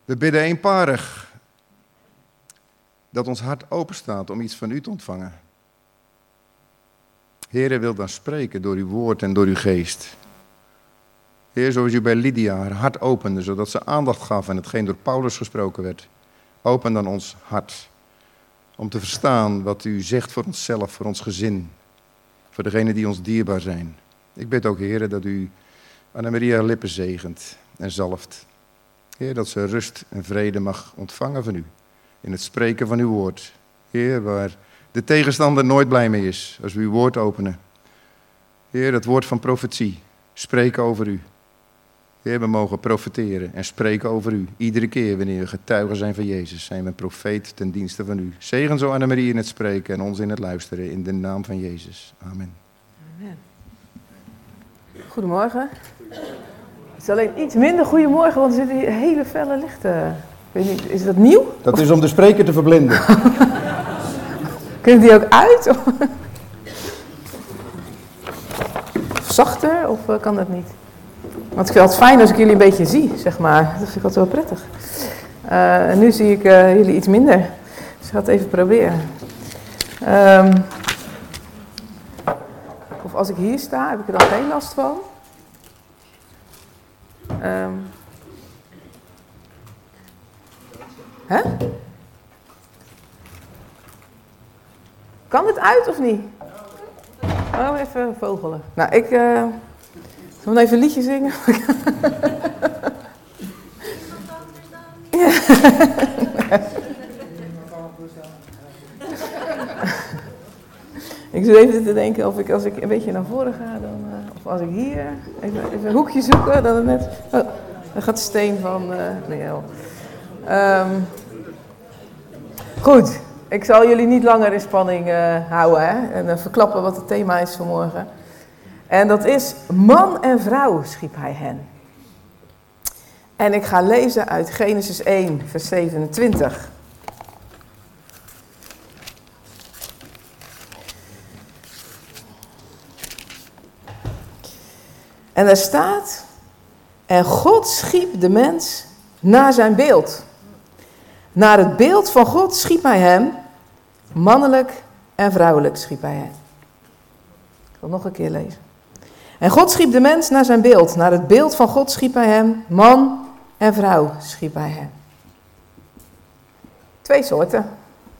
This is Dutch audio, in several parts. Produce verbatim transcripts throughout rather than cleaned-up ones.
We bidden eenparig dat ons hart openstaat om iets van u te ontvangen. Heer, wil dan spreken door uw woord en door uw geest. Heer, zoals u bij Lydia haar hart opende, zodat ze aandacht gaf aan hetgeen door Paulus gesproken werd. Open dan ons hart om te verstaan wat u zegt voor onszelf, voor ons gezin, voor degenen die ons dierbaar zijn. Ik bid ook, Heer, dat u Anna-Maria lippen zegent en zalft. Heer, dat ze rust en vrede mag ontvangen van u in het spreken van uw woord. Heer, waar de tegenstander nooit blij mee is als we uw woord openen. Heer, het woord van profetie, spreken over u. Heer, we mogen profeteren en spreken over u. Iedere keer wanneer we getuigen zijn van Jezus, zijn we een profeet ten dienste van u. Zegen zo Anne-Marie in het spreken en ons in het luisteren, in de naam van Jezus. Amen. Amen. Goedemorgen. Het is alleen iets minder goedemorgen, want er zitten hier hele felle lichten. Ik weet niet, is dat nieuw? Dat is om de spreker te verblinden. Kunnen die ook uit? Of zachter, of uh, kan dat niet? Want ik vind het fijn als ik jullie een beetje zie, zeg maar. Dat vind ik altijd wel prettig. Uh, en nu zie ik uh, jullie iets minder. Dus ik ga het even proberen. Um, of als ik hier sta, heb ik er dan geen last van. Um. Hè? Kan het uit of niet? Oh, even vogelen. Nou, ik uh, zal nog even een liedje zingen. Ja. Ik zit even te denken of ik als ik een beetje naar voren ga, dan, uh, of als ik hier even, even een hoekje zoeken, dan het net. Oh, dan gaat de steen van. Uh, nee, um, goed. Ik zal jullie niet langer in spanning uh, houden hè? en uh, verklappen wat het thema is vanmorgen. En dat is man en vrouw schiep hij hen. En ik ga lezen uit Genesis één, vers zevenentwintig. En daar staat: en God schiep de mens naar zijn beeld. Naar het beeld van God schiep hij hem, mannelijk en vrouwelijk schiep hij hem. Ik wil nog een keer lezen. En God schiep de mens naar zijn beeld. Naar het beeld van God schiep hij hem, man en vrouw schiep hij hem. Twee soorten.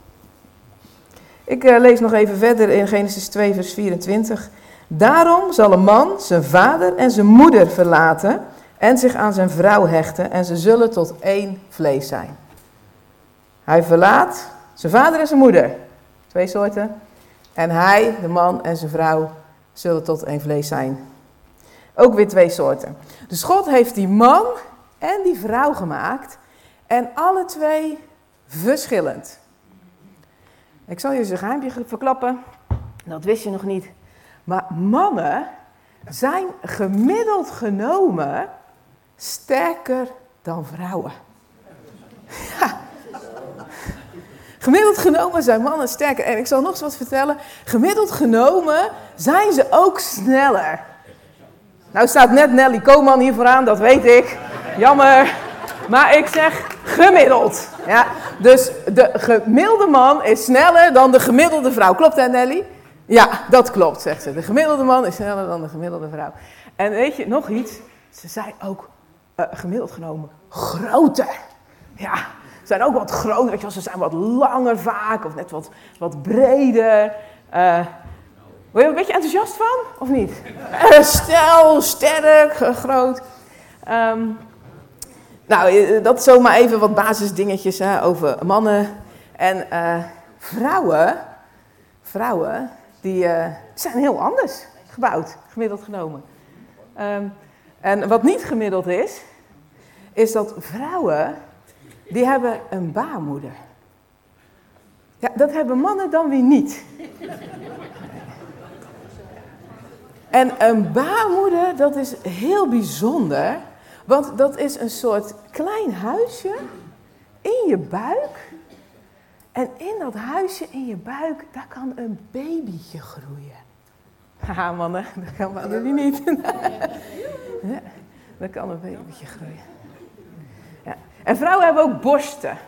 Ik uh, lees nog even verder in Genesis twee, vers vierentwintig. Daarom zal een man zijn vader en zijn moeder verlaten en zich aan zijn vrouw hechten en ze zullen tot één vlees zijn. Hij verlaat zijn vader en zijn moeder. Twee soorten. En hij, de man en zijn vrouw, zullen tot één vlees zijn. Ook weer twee soorten. Dus God heeft die man en die vrouw gemaakt. En alle twee verschillend. Ik zal je eens een geheimje verklappen. Dat wist je nog niet. Maar mannen zijn gemiddeld genomen sterker dan vrouwen. Ja. Gemiddeld genomen zijn mannen sterker. En ik zal nog eens wat vertellen. Gemiddeld genomen zijn ze ook sneller. Nou staat net Nelly Koman hier vooraan, dat weet ik. Jammer. Maar ik zeg gemiddeld. Ja, dus de gemiddelde man is sneller dan de gemiddelde vrouw. Klopt hè Nelly? Ja, dat klopt, zegt ze. De gemiddelde man is sneller dan de gemiddelde vrouw. En weet je, nog iets. Ze zijn ook uh, gemiddeld genomen groter. Ja, ze zijn ook wat groter. Weet je wel, ze zijn wat langer vaak of net wat, wat breder. Uh, word je er een beetje enthousiast van? Of niet? Uh, stel, sterk, uh, groot. Um, nou, dat is zomaar even wat basisdingetjes hè, over mannen. En uh, vrouwen, vrouwen die uh, zijn heel anders gebouwd, gemiddeld genomen. Um, en wat niet gemiddeld is, is dat vrouwen, die hebben een baarmoeder. Ja, dat hebben mannen dan weer niet. En een baarmoeder, dat is heel bijzonder, want dat is een soort klein huisje in je buik. En in dat huisje in je buik, daar kan een babytje groeien. Haha mannen, dat kan mannen die niet. Ja, daar kan een babytje groeien. Ja. En vrouwen hebben ook borsten.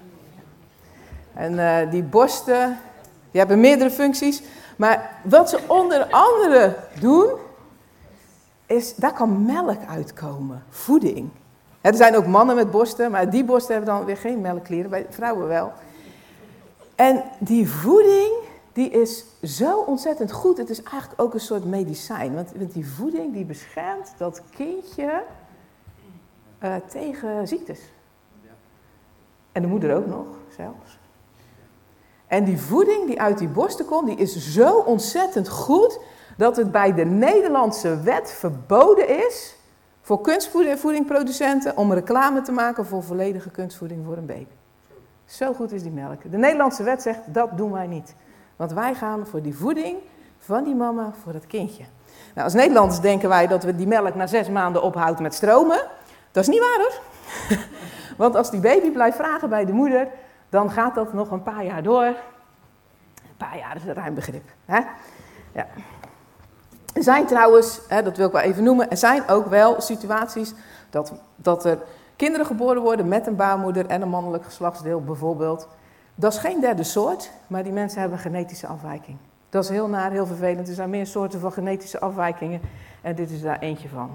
En uh, die borsten, die hebben meerdere functies. Maar wat ze onder andere doen, is, daar kan melk uitkomen, voeding. Ja, er zijn ook mannen met borsten, maar die borsten hebben dan weer geen melkklieren, bij vrouwen wel. En die voeding, die is zo ontzettend goed. Het is eigenlijk ook een soort medicijn. Want, want die voeding, die beschermt dat kindje uh, tegen ziektes. En de moeder ook nog, zelfs. En die voeding die uit die borsten komt, die is zo ontzettend goed, dat het bij de Nederlandse wet verboden is voor kunstvoedingproducenten om reclame te maken voor volledige kunstvoeding voor een baby. Zo goed is die melk. De Nederlandse wet zegt, dat doen wij niet. Want wij gaan voor die voeding van die mama voor het kindje. Nou, als Nederlanders denken wij dat we die melk na zes maanden ophouden met stromen. Dat is niet waar hoor. Want als die baby blijft vragen bij de moeder, dan gaat dat nog een paar jaar door. Een paar jaar is een ruim begrip. Hè? Ja. Er zijn trouwens, hè, dat wil ik wel even noemen, er zijn ook wel situaties dat, dat er kinderen geboren worden met een baarmoeder en een mannelijk geslachtsdeel bijvoorbeeld. Dat is geen derde soort, maar die mensen hebben een genetische afwijking. Dat is heel naar, heel vervelend. Er zijn meer soorten van genetische afwijkingen en dit is daar eentje van.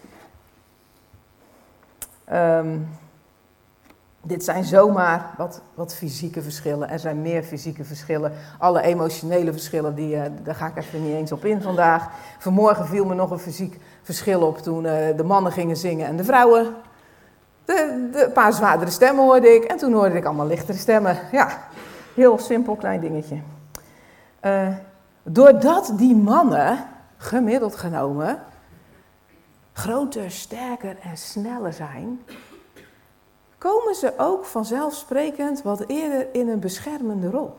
Um, dit zijn zomaar wat, wat fysieke verschillen. Er zijn meer fysieke verschillen. Alle emotionele verschillen, die, uh, daar ga ik even niet eens op in vandaag. Vanmorgen viel me nog een fysiek verschil op toen uh, de mannen gingen zingen en de vrouwen. De, de, een paar zwaardere stemmen hoorde ik en toen hoorde ik allemaal lichtere stemmen. Ja, heel simpel klein dingetje. Uh, doordat die mannen, gemiddeld genomen, groter, sterker en sneller zijn, komen ze ook vanzelfsprekend wat eerder in een beschermende rol.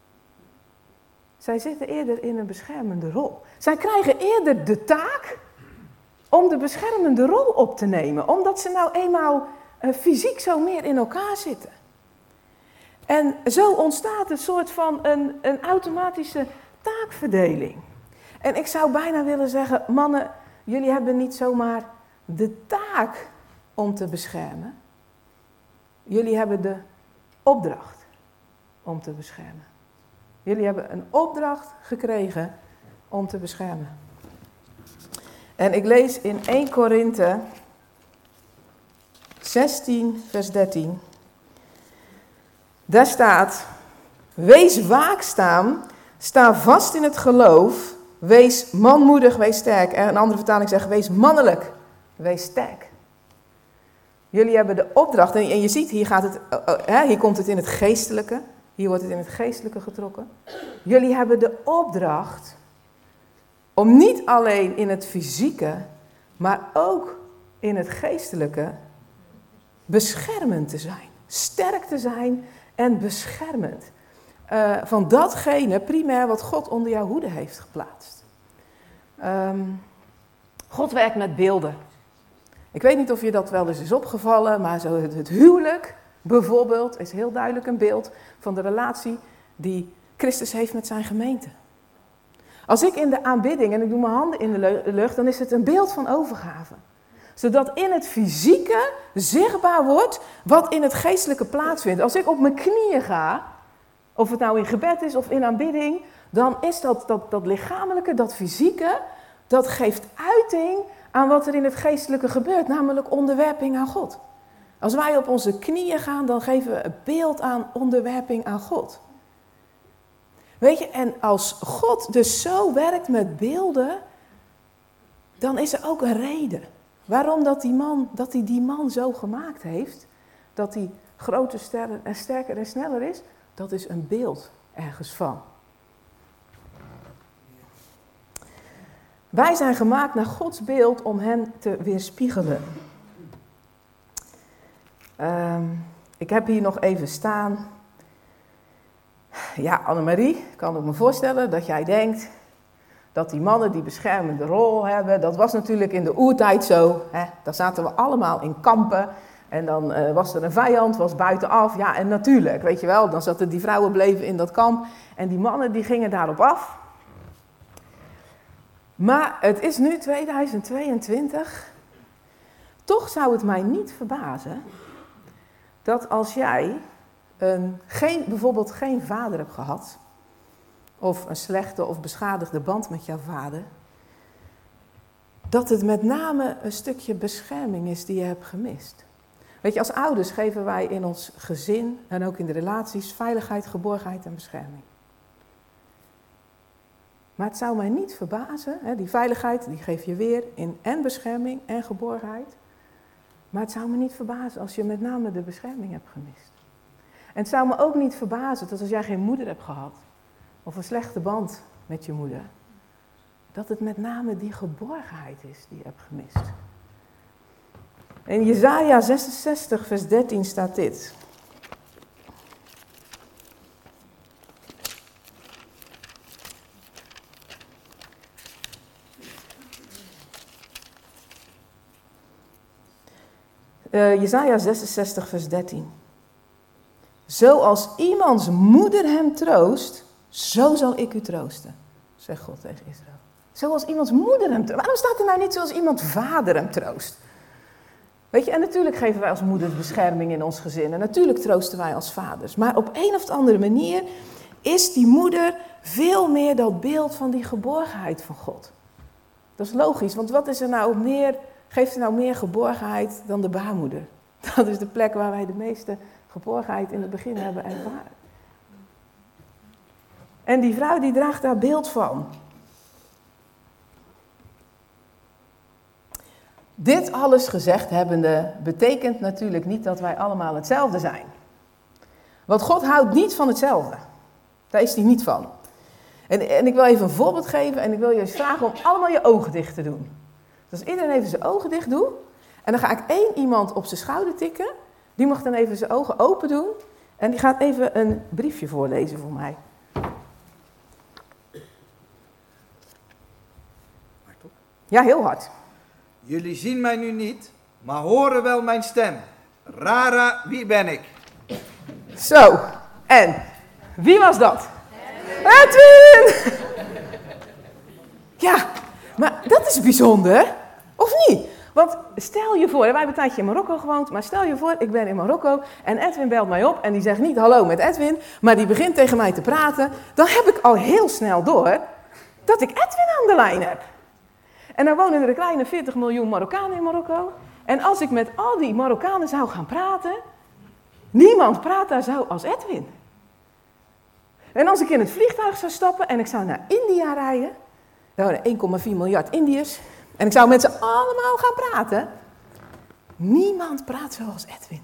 Zij zitten eerder in een beschermende rol. Zij krijgen eerder de taak om de beschermende rol op te nemen, omdat ze nou eenmaal uh, fysiek zo meer in elkaar zitten. En zo ontstaat een soort van een, een automatische taakverdeling. En ik zou bijna willen zeggen, mannen, jullie hebben niet zomaar de taak om te beschermen. Jullie hebben de opdracht om te beschermen. Jullie hebben een opdracht gekregen om te beschermen. En ik lees in eerste Korinthe zestien, vers dertien. Daar staat, wees waakzaam, sta vast in het geloof, wees manmoedig, wees sterk. En een andere vertaling zegt, wees mannelijk, wees sterk. Jullie hebben de opdracht, en je ziet, hier, gaat het, hier komt het in het geestelijke, hier wordt het in het geestelijke getrokken. Jullie hebben de opdracht om niet alleen in het fysieke, maar ook in het geestelijke beschermend te zijn. Sterk te zijn en beschermend. Uh, van datgene primair wat God onder jouw hoede heeft geplaatst. Um, God werkt met beelden. Ik weet niet of je dat wel eens is opgevallen, maar zo het, het huwelijk bijvoorbeeld is heel duidelijk een beeld van de relatie die Christus heeft met zijn gemeente. Als ik in de aanbidding en ik doe mijn handen in de lucht, dan is het een beeld van overgave. Zodat in het fysieke zichtbaar wordt wat in het geestelijke plaatsvindt. Als ik op mijn knieën ga, of het nou in gebed is of in aanbidding, dan is dat, dat, dat lichamelijke, dat fysieke, dat geeft uiting aan wat er in het geestelijke gebeurt, namelijk onderwerping aan God. Als wij op onze knieën gaan, dan geven we een beeld aan onderwerping aan God. Weet je, en als God dus zo werkt met beelden, dan is er ook een reden. Waarom dat die man, dat hij die man zo gemaakt heeft, dat hij groter, sterker en sterker en sneller is, dat is een beeld ergens van. Wij zijn gemaakt naar Gods beeld om hem te weerspiegelen. Um, ik heb hier nog even staan. Ja, Annemarie, ik kan ook me voorstellen dat jij denkt dat die mannen die beschermende rol hebben, dat was natuurlijk in de oertijd zo. Hè? Daar zaten we allemaal in kampen en dan uh, was er een vijand, was buitenaf. Ja, en natuurlijk, weet je wel, dan zaten die vrouwen bleven in dat kamp en die mannen die gingen daarop af. Maar het is nu tweeduizend tweeëntwintig. Toch zou het mij niet verbazen dat als jij een, geen, bijvoorbeeld geen vader hebt gehad, of een slechte of beschadigde band met jouw vader, dat het met name een stukje bescherming is die je hebt gemist. Weet je, als ouders geven wij in ons gezin en ook in de relaties veiligheid, geborgenheid en bescherming. Maar het zou mij niet verbazen, hè, die veiligheid die geef je weer in en bescherming en geborgenheid. Maar het zou me niet verbazen als je met name de bescherming hebt gemist. En het zou me ook niet verbazen dat als jij geen moeder hebt gehad, of een slechte band met je moeder, dat het met name die geborgenheid is die je hebt gemist. In Jesaja zesenzestig vers dertien staat dit. Uh, Jesaja zesenzestig vers dertien. Zoals iemands moeder hem troost, zo zal ik u troosten, zegt God tegen Israël. Zoals iemands moeder hem troost. Waarom staat er nou niet zoals iemand vader hem troost? Weet je, en natuurlijk geven wij als moeders bescherming in ons gezin. En natuurlijk troosten wij als vaders. Maar op een of andere manier is die moeder veel meer dat beeld van die geborgenheid van God. Dat is logisch, want wat is er nou meer, geeft er nou meer geborgenheid dan de baarmoeder? Dat is de plek waar wij de meeste geborgenheid in het begin hebben ervaren. En die vrouw die draagt daar beeld van. Dit alles gezegd hebbende betekent natuurlijk niet dat wij allemaal hetzelfde zijn. Want God houdt niet van hetzelfde. Daar is hij niet van. En, en ik wil even een voorbeeld geven en ik wil je eens vragen om allemaal je ogen dicht te doen. Dus als iedereen even zijn ogen dicht doet en dan ga ik één iemand op zijn schouder tikken. Die mag dan even zijn ogen open doen en die gaat even een briefje voorlezen voor mij. Ja, heel hard. Jullie zien mij nu niet, maar horen wel mijn stem. Rara, wie ben ik? Zo, en wie was dat? Edwin! Ja, maar dat is bijzonder, of niet? Want stel je voor, wij hebben een tijdje in Marokko gewoond, maar stel je voor, ik ben in Marokko en Edwin belt mij op en die zegt niet hallo met Edwin, maar die begint tegen mij te praten. Dan heb ik al heel snel door dat ik Edwin aan de lijn heb. En dan wonen er een kleine veertig miljoen Marokkanen in Marokko. En als ik met al die Marokkanen zou gaan praten, niemand praat daar zo als Edwin. En als ik in het vliegtuig zou stappen en ik zou naar India rijden, daar wonen één komma vier miljard Indiërs, en ik zou met ze allemaal gaan praten, niemand praat zoals Edwin.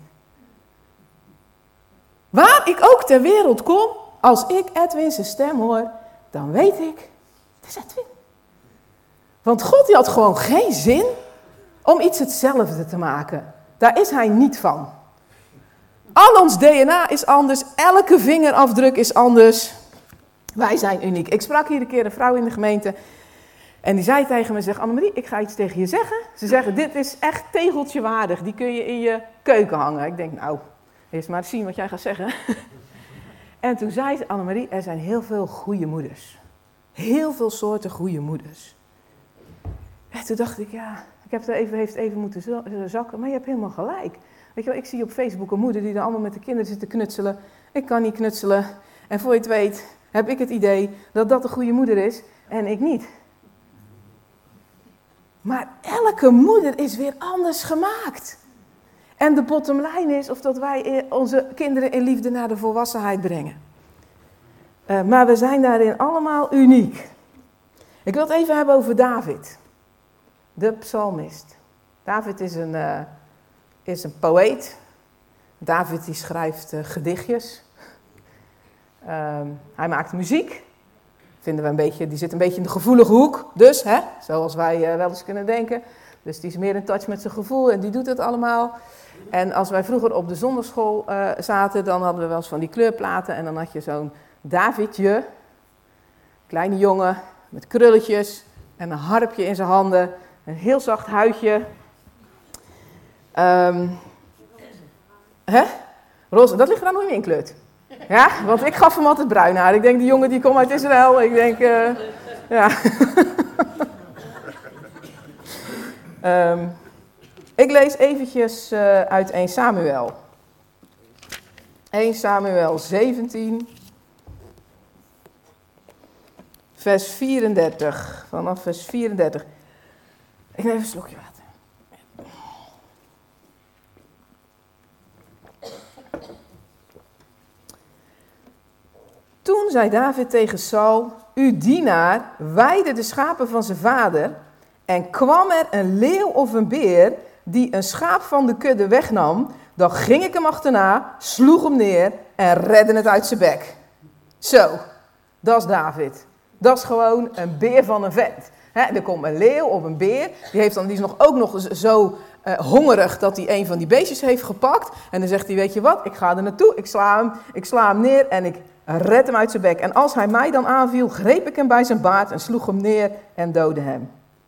Waar ik ook ter wereld kom, als ik Edwin zijn stem hoor, dan weet ik, het is Edwin. Want God die had gewoon geen zin om iets hetzelfde te maken. Daar is hij niet van. Al ons D N A is anders, elke vingerafdruk is anders. Wij zijn uniek. Ik sprak hier een keer een vrouw in de gemeente en die zei tegen me, zegt Annemarie, ik ga iets tegen je zeggen. Ze zeggen, dit is echt tegeltje waardig, die kun je in je keuken hangen. Ik denk, nou, eerst maar zien wat jij gaat zeggen. En toen zei ze, Annemarie, er zijn heel veel goede moeders. Heel veel soorten goede moeders. En toen dacht ik, ja, ik heb er even, heeft even moeten zakken, maar je hebt helemaal gelijk. Weet je wel, ik zie op Facebook een moeder die er allemaal met de kinderen zit te knutselen. Ik kan niet knutselen. En voor je het weet, heb ik het idee dat dat een goede moeder is en ik niet. Maar elke moeder is weer anders gemaakt. En de bottom line is of dat wij onze kinderen in liefde naar de volwassenheid brengen. Uh, maar we zijn daarin allemaal uniek. Ik wil het even hebben over David. De psalmist. David is een, uh, is een poëet. David die schrijft uh, gedichtjes. Um, hij maakt muziek. Vinden we een beetje, die zit een beetje in de gevoelige hoek. Dus, hè, zoals wij uh, wel eens kunnen denken. Dus die is meer in touch met zijn gevoel en die doet het allemaal. En als wij vroeger op de zondagschool uh, zaten, dan hadden we wel eens van die kleurplaten. En dan had je zo'n Davidje, kleine jongen met krulletjes en een harpje in zijn handen. Een heel zacht huidje. Um, hè? Roze, dat ligt er dan nog niet in kleurt. Ja, want ik gaf hem altijd bruin haar. Ik denk, die jongen die komt uit Israël. Ik denk, uh, ja. um, ik lees eventjes uh, uit eerste Samuel. eerste Samuel zeventien, vers vierendertig. Vanaf vers vierendertig. Ik neem even een slokje water. Toen zei David tegen Saul, uw dienaar weidde de schapen van zijn vader en kwam er een leeuw of een beer die een schaap van de kudde wegnam, dan ging ik hem achterna, sloeg hem neer en redde het uit zijn bek. Zo, dat is David. Dat is gewoon een beer van een vent. He, er komt een leeuw of een beer, die, heeft dan, die is nog, ook nog zo uh, hongerig dat hij een van die beestjes heeft gepakt. En dan zegt hij, weet je wat, ik ga er naartoe, ik sla hem, ik sla hem neer en ik red hem uit zijn bek. En als hij mij dan aanviel, greep ik hem bij zijn baard en sloeg hem neer en doodde hem.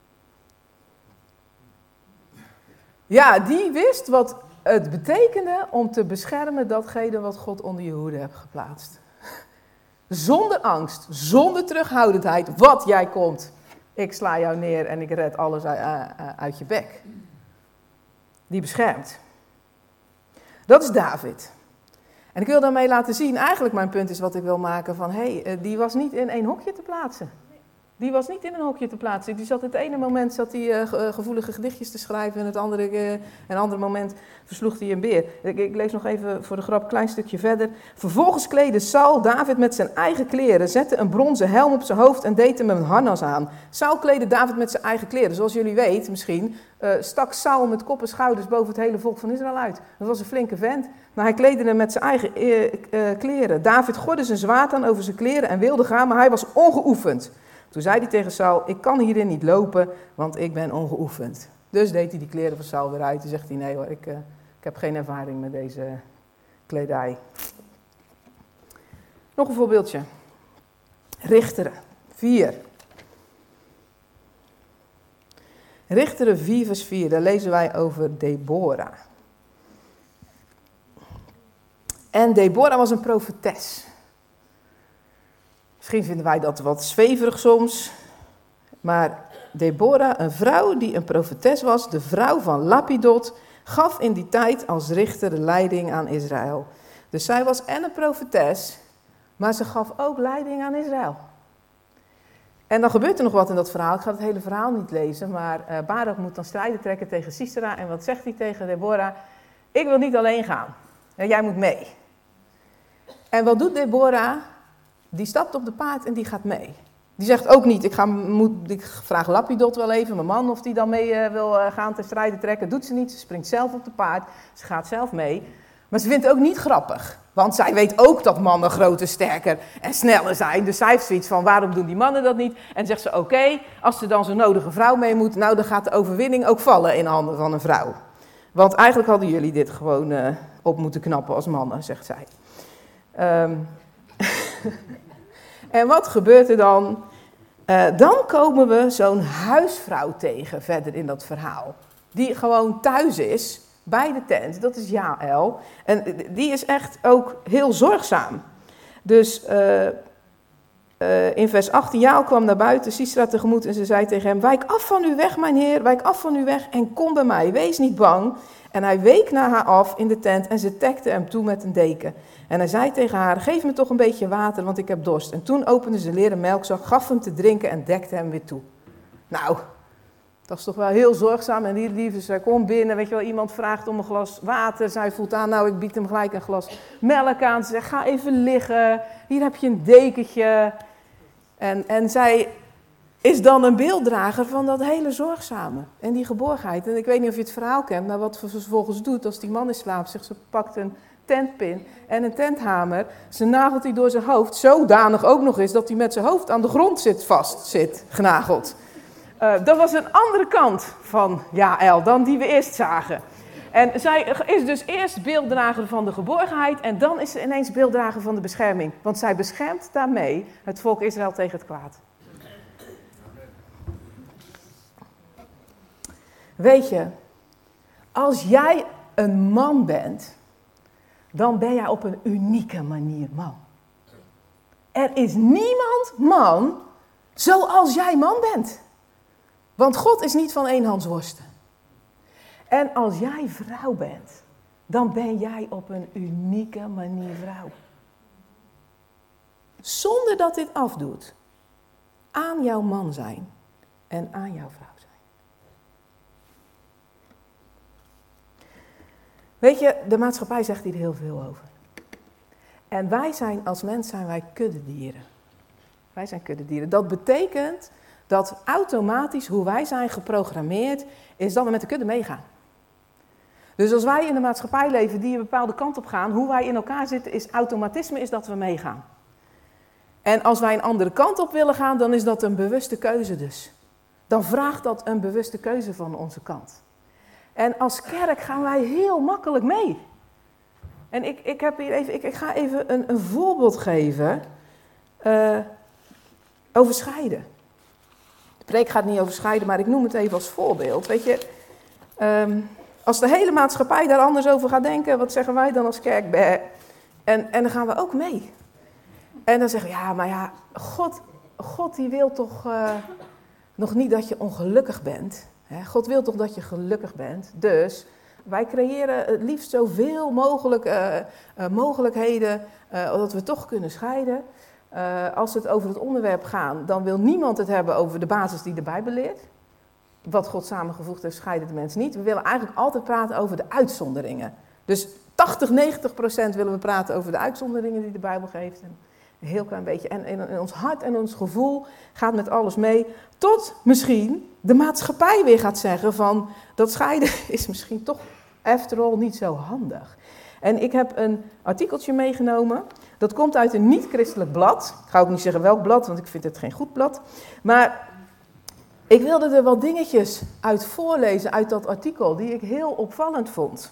Ja, die wist wat het betekende om te beschermen datgene wat God onder je hoede hebt geplaatst. Zonder angst, zonder terughoudendheid, wat jij komt. Ik sla jou neer en ik red alles uit je bek. Die beschermt. Dat is David. En ik wil daarmee laten zien, eigenlijk mijn punt is wat ik wil maken van, hé, hey, die was niet in één hokje te plaatsen. Die was niet in een hokje te plaatsen. Die zat het ene moment zat hij uh, gevoelige gedichtjes te schrijven en het andere, uh, een ander moment versloeg hij een beer. Ik, ik lees nog even voor de grap een klein stukje verder. Vervolgens kleedde Saul David met zijn eigen kleren, zette een bronzen helm op zijn hoofd en deed hem een harnas aan. Saul kleedde David met zijn eigen kleren. Zoals jullie weten misschien, uh, stak Saul met kop en schouders boven het hele volk van Israël uit. Dat was een flinke vent. Maar hij kleedde hem met zijn eigen uh, uh, kleren. David gordde zijn zwaard aan over zijn kleren en wilde gaan, maar hij was ongeoefend. Toen zei hij tegen Saul, ik kan hierin niet lopen, want ik ben ongeoefend. Dus deed hij die kleren van Saul weer uit en zegt hij, nee hoor, ik, uh, ik heb geen ervaring met deze kledij. Nog een voorbeeldje. Richteren, vier. Richteren vier vers vier, daar lezen wij over Deborah. En Deborah was een profetes. Misschien vinden wij dat wat zweverig soms. Maar Deborah, een vrouw die een profetes was, de vrouw van Lapidot, gaf in die tijd als richter de leiding aan Israël. Dus zij was en een profetes, maar ze gaf ook leiding aan Israël. En dan gebeurt er nog wat in dat verhaal. Ik ga het hele verhaal niet lezen, maar uh, Barak moet dan strijden trekken tegen Sisera. En wat zegt hij tegen Deborah? Ik wil niet alleen gaan. Jij moet mee. En wat doet Deborah? Die stapt op de paard en die gaat mee. Die zegt ook niet, ik, ga, moet, ik vraag Lapidot wel even, mijn man, of die dan mee uh, wil uh, gaan te strijden trekken. Doet ze niet, ze springt zelf op de paard, ze gaat zelf mee. Maar ze vindt het ook niet grappig. Want zij weet ook dat mannen groter, sterker en sneller zijn. Dus zij heeft zoiets van, waarom doen die mannen dat niet? En zegt ze, oké, okay, als er dan zo'n nodige vrouw mee moet, nou dan gaat de overwinning ook vallen in handen van een vrouw. Want eigenlijk hadden jullie dit gewoon uh, op moeten knappen als mannen, zegt zij. Um, en wat gebeurt er dan? Uh, dan komen we zo'n huisvrouw tegen verder in dat verhaal. Die gewoon thuis is bij de tent. Dat is Jaël. En die is echt ook heel zorgzaam. Dus uh, uh, in vers achttien, Jaël kwam naar buiten, Sisera tegemoet en ze zei tegen hem, wijk af van u weg, mijn heer, wijk af van u weg en kom bij mij, wees niet bang. En hij week naar haar af in de tent en ze dekte hem toe met een deken. En hij zei tegen haar, geef me toch een beetje water, want ik heb dorst. En toen opende ze een leren melkzak, gaf hem te drinken en dekte hem weer toe. Nou, dat is toch wel heel zorgzaam. En die liefde, zij komt binnen, weet je wel, iemand vraagt om een glas water. Zij voelt aan, nou, ik bied hem gelijk een glas melk aan. Ze zegt, ga even liggen, hier heb je een dekentje. En, en zij is dan een beelddrager van dat hele zorgzame en die geborgenheid. En ik weet niet of je het verhaal kent, maar wat ze vervolgens doet als die man in slaap zegt, ze pakt een tentpin en een tenthamer. Ze nagelt die door zijn hoofd, zodanig ook nog eens dat hij met zijn hoofd aan de grond zit, vast zit, genageld. Uh, dat was een andere kant van Jaël dan die we eerst zagen. En zij is dus eerst beelddrager van de geborgenheid en dan is ze ineens beelddrager van de bescherming. Want zij beschermt daarmee het volk Israël tegen het kwaad. Weet je, als jij een man bent, dan ben jij op een unieke manier man. Er is niemand man zoals jij man bent. Want God is niet van eenhandsworsten. En als jij vrouw bent, dan ben jij op een unieke manier vrouw. Zonder dat dit afdoet aan jouw man zijn en aan jouw vrouw zijn. Weet je, de maatschappij zegt hier heel veel over. En wij zijn als mens zijn wij kuddedieren. Wij zijn kuddedieren. Dat betekent dat automatisch hoe wij zijn geprogrammeerd is dat we met de kudde meegaan. Dus als wij in de maatschappij leven die een bepaalde kant op gaan, hoe wij in elkaar zitten is automatisme is dat we meegaan. En als wij een andere kant op willen gaan, dan is dat een bewuste keuze dus. Dan vraagt dat een bewuste keuze van onze kant. En als kerk gaan wij heel makkelijk mee. En ik, ik, heb hier even, ik, ik ga even een, een voorbeeld geven uh, over scheiden. De preek gaat niet over scheiden, maar ik noem het even als voorbeeld. Weet je, um, als de hele maatschappij daar anders over gaat denken, wat zeggen wij dan als kerk? Bah. En, en dan gaan we ook mee. En dan zeggen we, ja, maar ja, God, God die wil toch uh, nog niet dat je ongelukkig bent. Hè? God wil toch dat je gelukkig bent. Dus wij creëren het liefst zoveel mogelijk uh, uh, mogelijkheden uh, dat we toch kunnen scheiden. Uh, als we het over het onderwerp gaan, dan wil niemand het hebben over de basis die de Bijbel leert. Wat God samengevoegd heeft, scheiden de mensen niet. We willen eigenlijk altijd praten over de uitzonderingen. Dus tachtig, negentig procent willen we praten over de uitzonderingen die de Bijbel geeft. En een heel klein beetje. En in, in ons hart en ons gevoel gaat met alles mee. Tot misschien de maatschappij weer gaat zeggen van dat scheiden is misschien toch after all niet zo handig. En ik heb een artikeltje meegenomen. Dat komt uit een niet-christelijk blad. Ik ga ook niet zeggen welk blad, want ik vind het geen goed blad. Maar ik wilde er wat dingetjes uit voorlezen uit dat artikel die ik heel opvallend vond.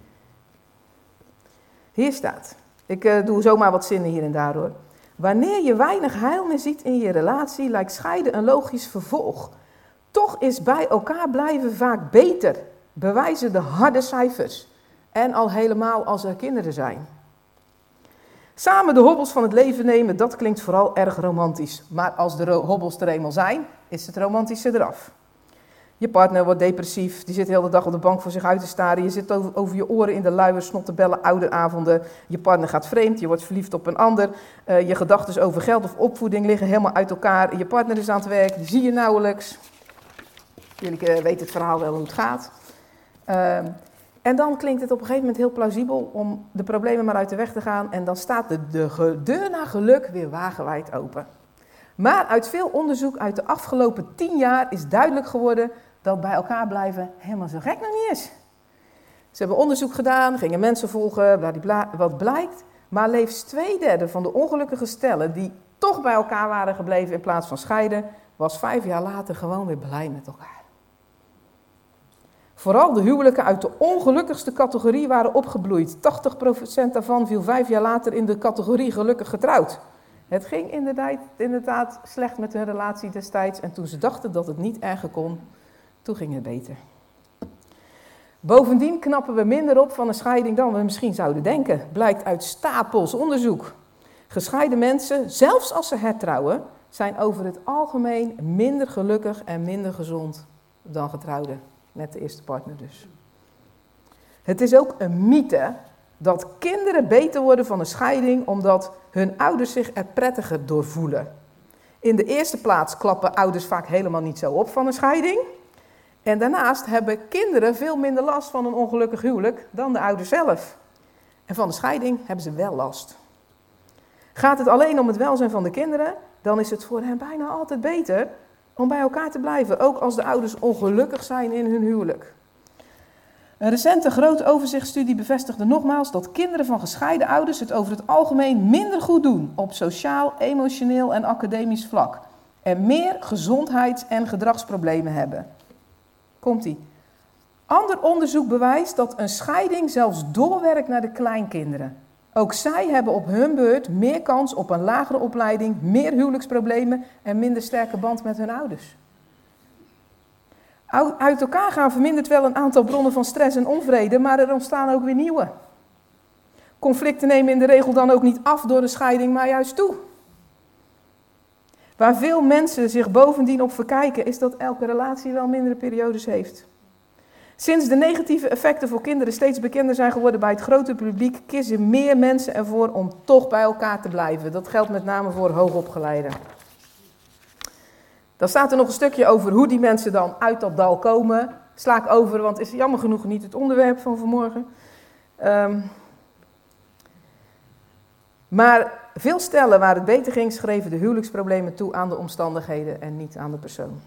Hier staat. Ik uh, doe zomaar wat zinnen hier en daar hoor. Wanneer je weinig heil meer ziet in je relatie, lijkt scheiden een logisch vervolg. Toch is bij elkaar blijven vaak beter, bewijzen de harde cijfers. En al helemaal als er kinderen zijn. Samen de hobbels van het leven nemen, dat klinkt vooral erg romantisch. Maar als de ro- hobbels er eenmaal zijn, is het romantische eraf. Je partner wordt depressief, die zit de hele dag op de bank voor zich uit te staren. Je zit over, over je oren in de luier, snottebellen, ouderavonden. Je partner gaat vreemd, je wordt verliefd op een ander. Uh, je gedachten over geld of opvoeding liggen helemaal uit elkaar. Je partner is aan het werk, die zie je nauwelijks. Jullie uh, weten het verhaal wel hoe het gaat. Uh, en dan klinkt het op een gegeven moment heel plausibel om de problemen maar uit de weg te gaan. En dan staat de, de deur naar geluk weer wagenwijd open. Maar uit veel onderzoek uit de afgelopen tien jaar is duidelijk geworden dat bij elkaar blijven helemaal zo gek nog niet is. Ze hebben onderzoek gedaan, gingen mensen volgen, bladibla, wat blijkt. Maar liefst twee derde van de ongelukkige stellen die toch bij elkaar waren gebleven in plaats van scheiden, was vijf jaar later gewoon weer blij met elkaar. Vooral de huwelijken uit de ongelukkigste categorie waren opgebloeid. tachtig procent daarvan viel vijf jaar later in de categorie gelukkig getrouwd. Het ging inderdaad, inderdaad slecht met hun relatie destijds en toen ze dachten dat het niet erger kon, toen ging het beter. Bovendien knappen we minder op van een scheiding dan we misschien zouden denken. Blijkt uit stapels onderzoek. Gescheiden mensen, zelfs als ze hertrouwen, zijn over het algemeen minder gelukkig en minder gezond dan getrouwden. Met de eerste partner dus. Het is ook een mythe dat kinderen beter worden van een scheiding omdat hun ouders zich er prettiger door voelen. In de eerste plaats klappen ouders vaak helemaal niet zo op van een scheiding. En daarnaast hebben kinderen veel minder last van een ongelukkig huwelijk dan de ouders zelf. En van de scheiding hebben ze wel last. Gaat het alleen om het welzijn van de kinderen, dan is het voor hen bijna altijd beter om bij elkaar te blijven, ook als de ouders ongelukkig zijn in hun huwelijk. Een recente grote overzichtsstudie bevestigde nogmaals dat kinderen van gescheiden ouders het over het algemeen minder goed doen op sociaal, emotioneel en academisch vlak. En meer gezondheids- en gedragsproblemen hebben. Komt-ie. Ander onderzoek bewijst dat een scheiding zelfs doorwerkt naar de kleinkinderen. Ook zij hebben op hun beurt meer kans op een lagere opleiding, meer huwelijksproblemen en minder sterke band met hun ouders. Uit elkaar gaan vermindert wel een aantal bronnen van stress en onvrede, maar er ontstaan ook weer nieuwe. Conflicten nemen in de regel dan ook niet af door een scheiding, maar juist toe. Waar veel mensen zich bovendien op verkijken, is dat elke relatie wel mindere periodes heeft. Sinds de negatieve effecten voor kinderen steeds bekender zijn geworden bij het grote publiek, kiezen meer mensen ervoor om toch bij elkaar te blijven. Dat geldt met name voor hoogopgeleiden. Dan staat er nog een stukje over hoe die mensen dan uit dat dal komen. Sla ik over, want het is jammer genoeg niet het onderwerp van vanmorgen. Um, maar veel stellen waar het beter ging, schreven de huwelijksproblemen toe aan de omstandigheden en niet aan de persoon.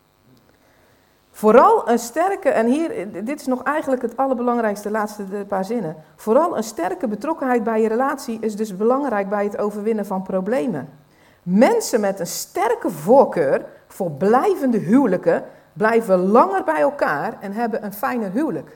Vooral een sterke, en hier, dit is nog eigenlijk het allerbelangrijkste, laatste paar zinnen. Vooral een sterke betrokkenheid bij je relatie is dus belangrijk bij het overwinnen van problemen. Mensen met een sterke voorkeur voor blijvende huwelijken blijven langer bij elkaar en hebben een fijner huwelijk.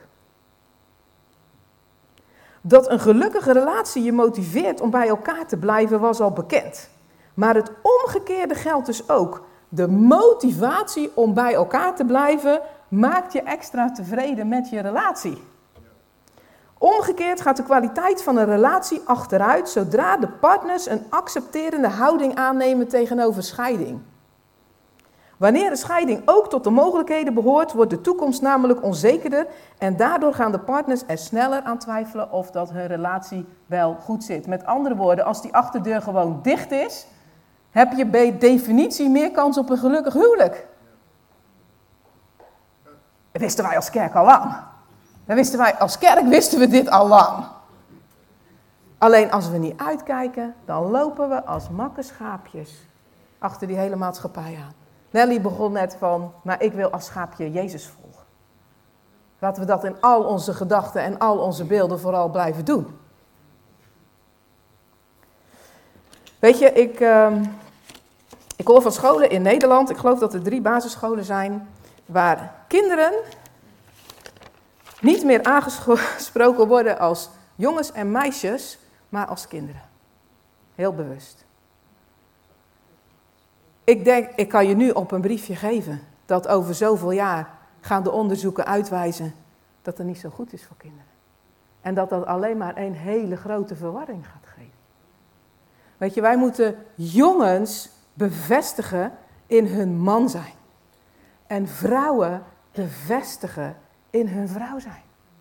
Dat een gelukkige relatie je motiveert om bij elkaar te blijven was al bekend. Maar het omgekeerde geldt dus ook. De motivatie om bij elkaar te blijven maakt je extra tevreden met je relatie. Omgekeerd gaat de kwaliteit van een relatie achteruit zodra de partners een accepterende houding aannemen tegenover scheiding. Wanneer een scheiding ook tot de mogelijkheden behoort, wordt de toekomst namelijk onzekerder en daardoor gaan de partners er sneller aan twijfelen of dat hun relatie wel goed zit. Met andere woorden, als die achterdeur gewoon dicht is, heb je bij definitie meer kans op een gelukkig huwelijk. Dat wisten wij als kerk al lang. Dat wisten wij, als kerk wisten we dit al lang. Alleen als we niet uitkijken, dan lopen we als makke schaapjes achter die hele maatschappij aan. Nelly begon net van, maar ik wil als schaapje Jezus volgen. Laten we dat in al onze gedachten en al onze beelden vooral blijven doen. Weet je, ik, uh, ik hoor van scholen in Nederland, ik geloof dat er drie basisscholen zijn, waar kinderen niet meer aangesproken worden als jongens en meisjes, maar als kinderen. Heel bewust. Ik denk, ik kan je nu op een briefje geven dat over zoveel jaar gaan de onderzoeken uitwijzen dat het niet zo goed is voor kinderen. En dat dat alleen maar een hele grote verwarring gaat geven. Weet je, wij moeten jongens bevestigen in hun man zijn. En vrouwen bevestigen in hun vrouw zijn.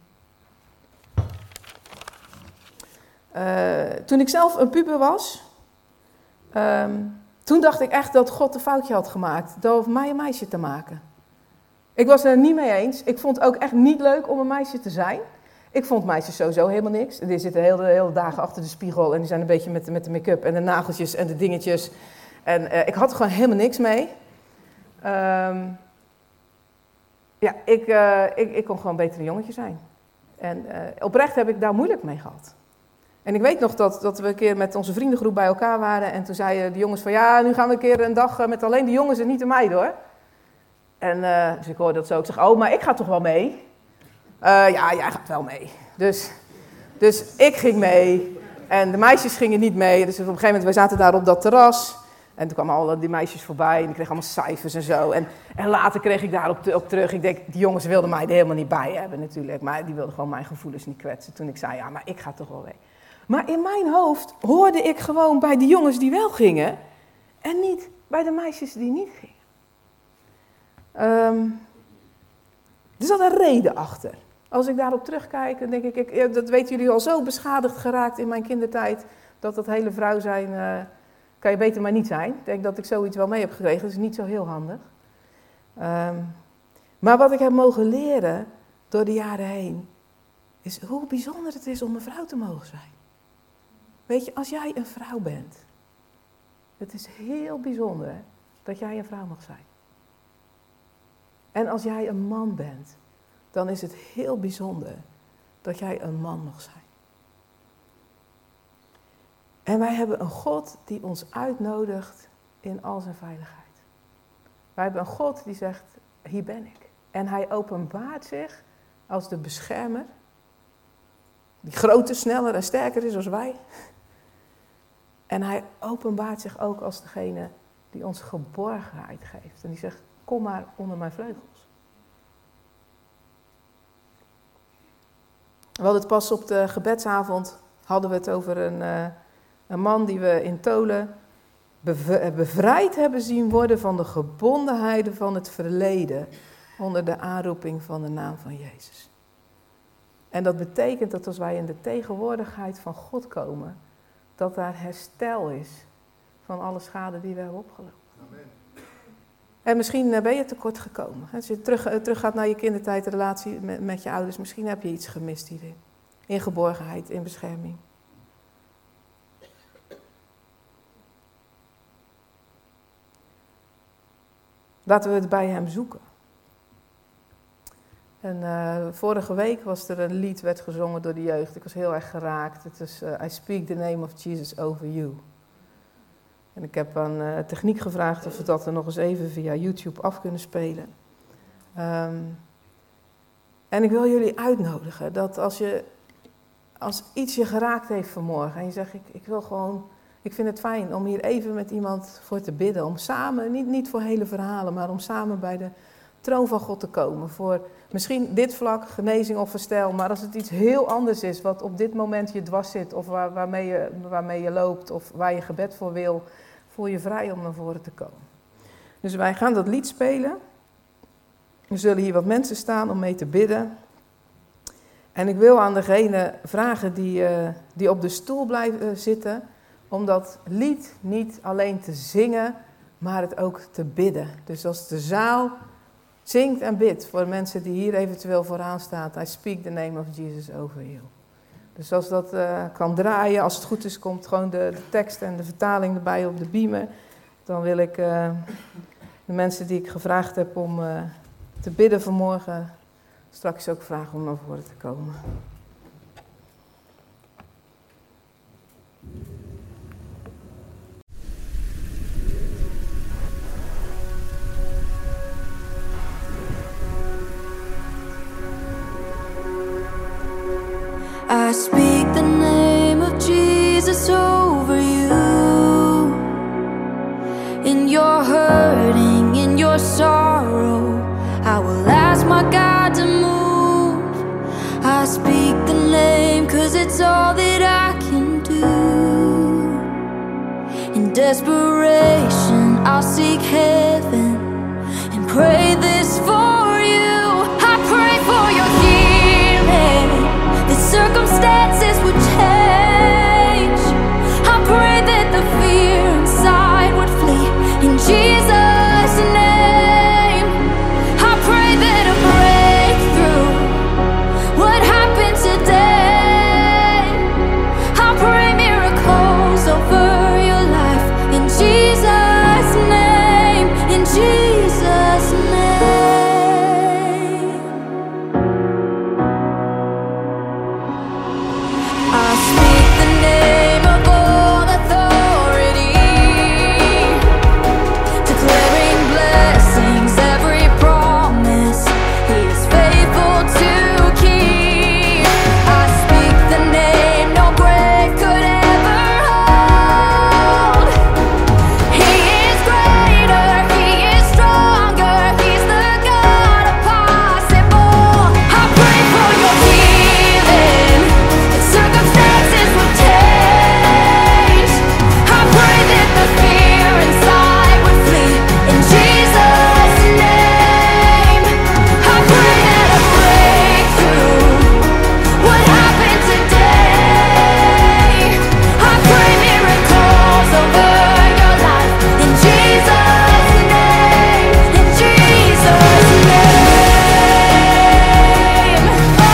Uh, toen ik zelf een puber was, um, toen dacht ik echt dat God een foutje had gemaakt door mij een meisje te maken. Ik was er niet mee eens. Ik vond het ook echt niet leuk om een meisje te zijn. Ik vond meisjes sowieso helemaal niks. Die zitten de hele, hele dagen achter de spiegel en die zijn een beetje met, met de make-up en de nageltjes en de dingetjes. En uh, ik had er gewoon helemaal niks mee. Um, ja, ik, uh, ik, ik kon gewoon beter een jongetje zijn. En uh, oprecht heb ik daar moeilijk mee gehad. En ik weet nog dat, dat we een keer met onze vriendengroep bij elkaar waren. En toen zeiden de jongens van, ja, nu gaan we een keer een dag met alleen de jongens en niet de meiden, hoor. En uh, dus ik hoorde dat zo. Ik zeg, oh, maar ik ga toch wel mee? Uh, ja, jij gaat wel mee. Dus, dus ik ging mee. En de meisjes gingen niet mee. Dus op een gegeven moment, wij zaten daar op dat terras. En toen kwamen al die meisjes voorbij. En die kregen allemaal cijfers en zo. En, en later kreeg ik daarop op terug. Ik denk, die jongens wilden mij er helemaal niet bij hebben natuurlijk. Maar die wilden gewoon mijn gevoelens niet kwetsen. Toen ik zei, ja, maar ik ga toch wel mee. Maar in mijn hoofd hoorde ik gewoon bij de jongens die wel gingen en niet bij de meisjes die niet gingen. Um, er zat een reden achter. Als ik daarop terugkijk, dan denk ik, ik, dat weten jullie al zo beschadigd geraakt in mijn kindertijd, dat dat hele vrouw zijn, uh, kan je beter maar niet zijn. Ik denk dat ik zoiets wel mee heb gekregen, dat is niet zo heel handig. Um, maar wat ik heb mogen leren door de jaren heen, is hoe bijzonder het is om een vrouw te mogen zijn. Weet je, als jij een vrouw bent, het is heel bijzonder dat jij een vrouw mag zijn. En als jij een man bent, dan is het heel bijzonder dat jij een man mag zijn. En wij hebben een God die ons uitnodigt in al zijn veiligheid. Wij hebben een God die zegt, hier ben ik. En hij openbaart zich als de beschermer, die groter, sneller en sterker is als wij. En hij openbaart zich ook als degene die ons geborgenheid geeft. En die zegt, kom maar onder mijn vleugels. We hadden het pas op de gebedsavond, hadden we het over een, uh, een man die we in Tolen bev- bevrijd hebben zien worden van de gebondenheden van het verleden. onder de aanroeping van de naam van Jezus. En dat betekent dat als wij in de tegenwoordigheid van God komen, dat daar herstel is van alle schade die we hebben opgelopen. Amen. En misschien ben je tekort gekomen. Als je terug, terug gaat naar je kindertijd, de relatie met, met je ouders, misschien heb je iets gemist hierin. In geborgenheid, in bescherming. Laten we het bij hem zoeken. En uh, vorige week was er een lied, werd gezongen door de jeugd. Ik was heel erg geraakt. Het is uh, I speak the name of Jesus over you. En ik heb aan uh, techniek gevraagd of we dat er nog eens even via YouTube af kunnen spelen. Um, en ik wil jullie uitnodigen dat als je, als iets je geraakt heeft vanmorgen en je zegt, ik, ik wil gewoon, ik vind het fijn om hier even met iemand voor te bidden. Om samen, niet, niet voor hele verhalen, maar om samen bij de troon van God te komen. Voor misschien dit vlak, genezing of herstel, maar als het iets heel anders is wat op dit moment je dwars zit of waar, waarmee, je, waarmee je loopt of waar je gebed voor wil, voel je vrij om naar voren te komen. Dus wij gaan dat lied spelen. Er zullen hier wat mensen staan om mee te bidden. En ik wil aan degene vragen die, uh, die op de stoel blijven zitten, om dat lied niet alleen te zingen, maar het ook te bidden. Dus als de zaal zingt en bidt voor mensen die hier eventueel vooraan staan, I speak the name of Jesus over you. Dus als dat uh, kan draaien, als het goed is, komt gewoon de, de tekst en de vertaling erbij op de beamer. Dan wil ik uh, de mensen die ik gevraagd heb om uh, te bidden vanmorgen straks ook vragen om naar voren te komen. I speak the name of Jesus over you. In your hurting, in your sorrow, I will ask my God to move. I speak the name 'cause it's all that I can do. In desperation, I'll seek heaven and pray this for you. I pray for your healing. Circumstances would change. I pray that the fear inside would flee in Jesus' name. I pray that a breakthrough would happen today. I pray miracles over your life in Jesus' name, in Jesus' name. I speak the name of all authority, declaring blessings, every promise He is faithful to keep. I speak the name no grave could ever hold. He is greater, He is stronger, He's the God of possible. I pray for your healing. Circumstances will change. I pray that the fear inside would flee in Jesus' name. I pray that a breakthrough would happen today. I pray miracles over your life in Jesus' name, in Jesus' name. Oh.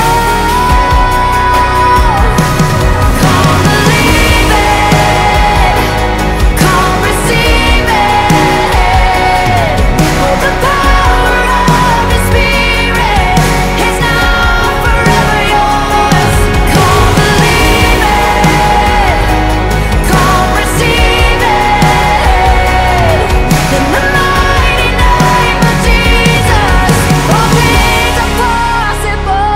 Come believe it, come receive it. Oh, the power of His Spirit is now forever yours. Come believe it, come receive it. In the mighty name of Jesus, all things are possible.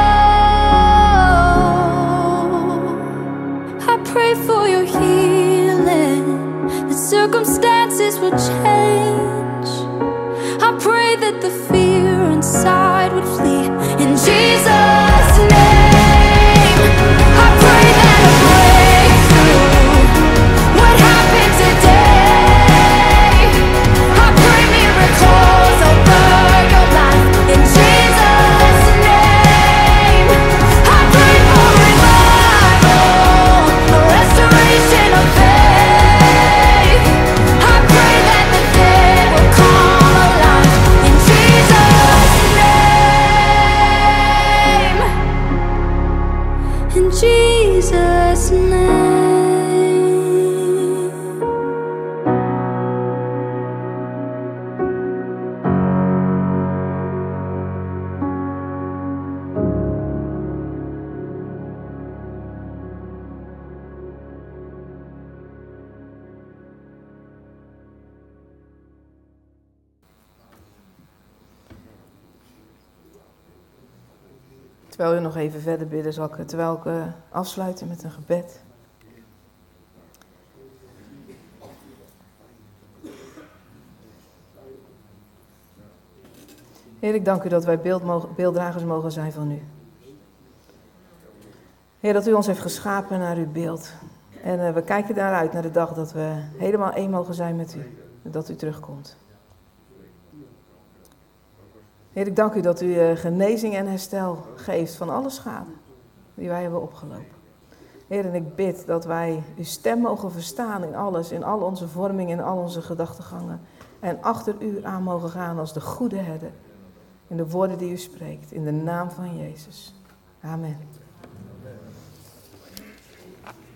I pray for your healing, that circumstances will change. I pray that the fear inside would flee in Jesus' name. I pray that a breakthrough would happen today. I pray miracles over your life in Jesus' Terwijl we nog even verder bidden, zal ik terwijl ik uh, afsluiten met een gebed. Heer, ik dank u dat wij beeld mogen, beelddragers mogen zijn van u. Heer, dat u ons heeft geschapen naar uw beeld. En uh, we kijken daaruit naar de dag dat we helemaal één mogen zijn met u. Dat u terugkomt. Heer, ik dank u dat u uh, genezing en herstel geeft van alle schade die wij hebben opgelopen. Heer, en ik bid dat wij uw stem mogen verstaan in alles, in al onze vorming, in al onze gedachtegangen. En achter u aan mogen gaan als de goede herder. In de woorden die u spreekt, in de naam van Jezus. Amen.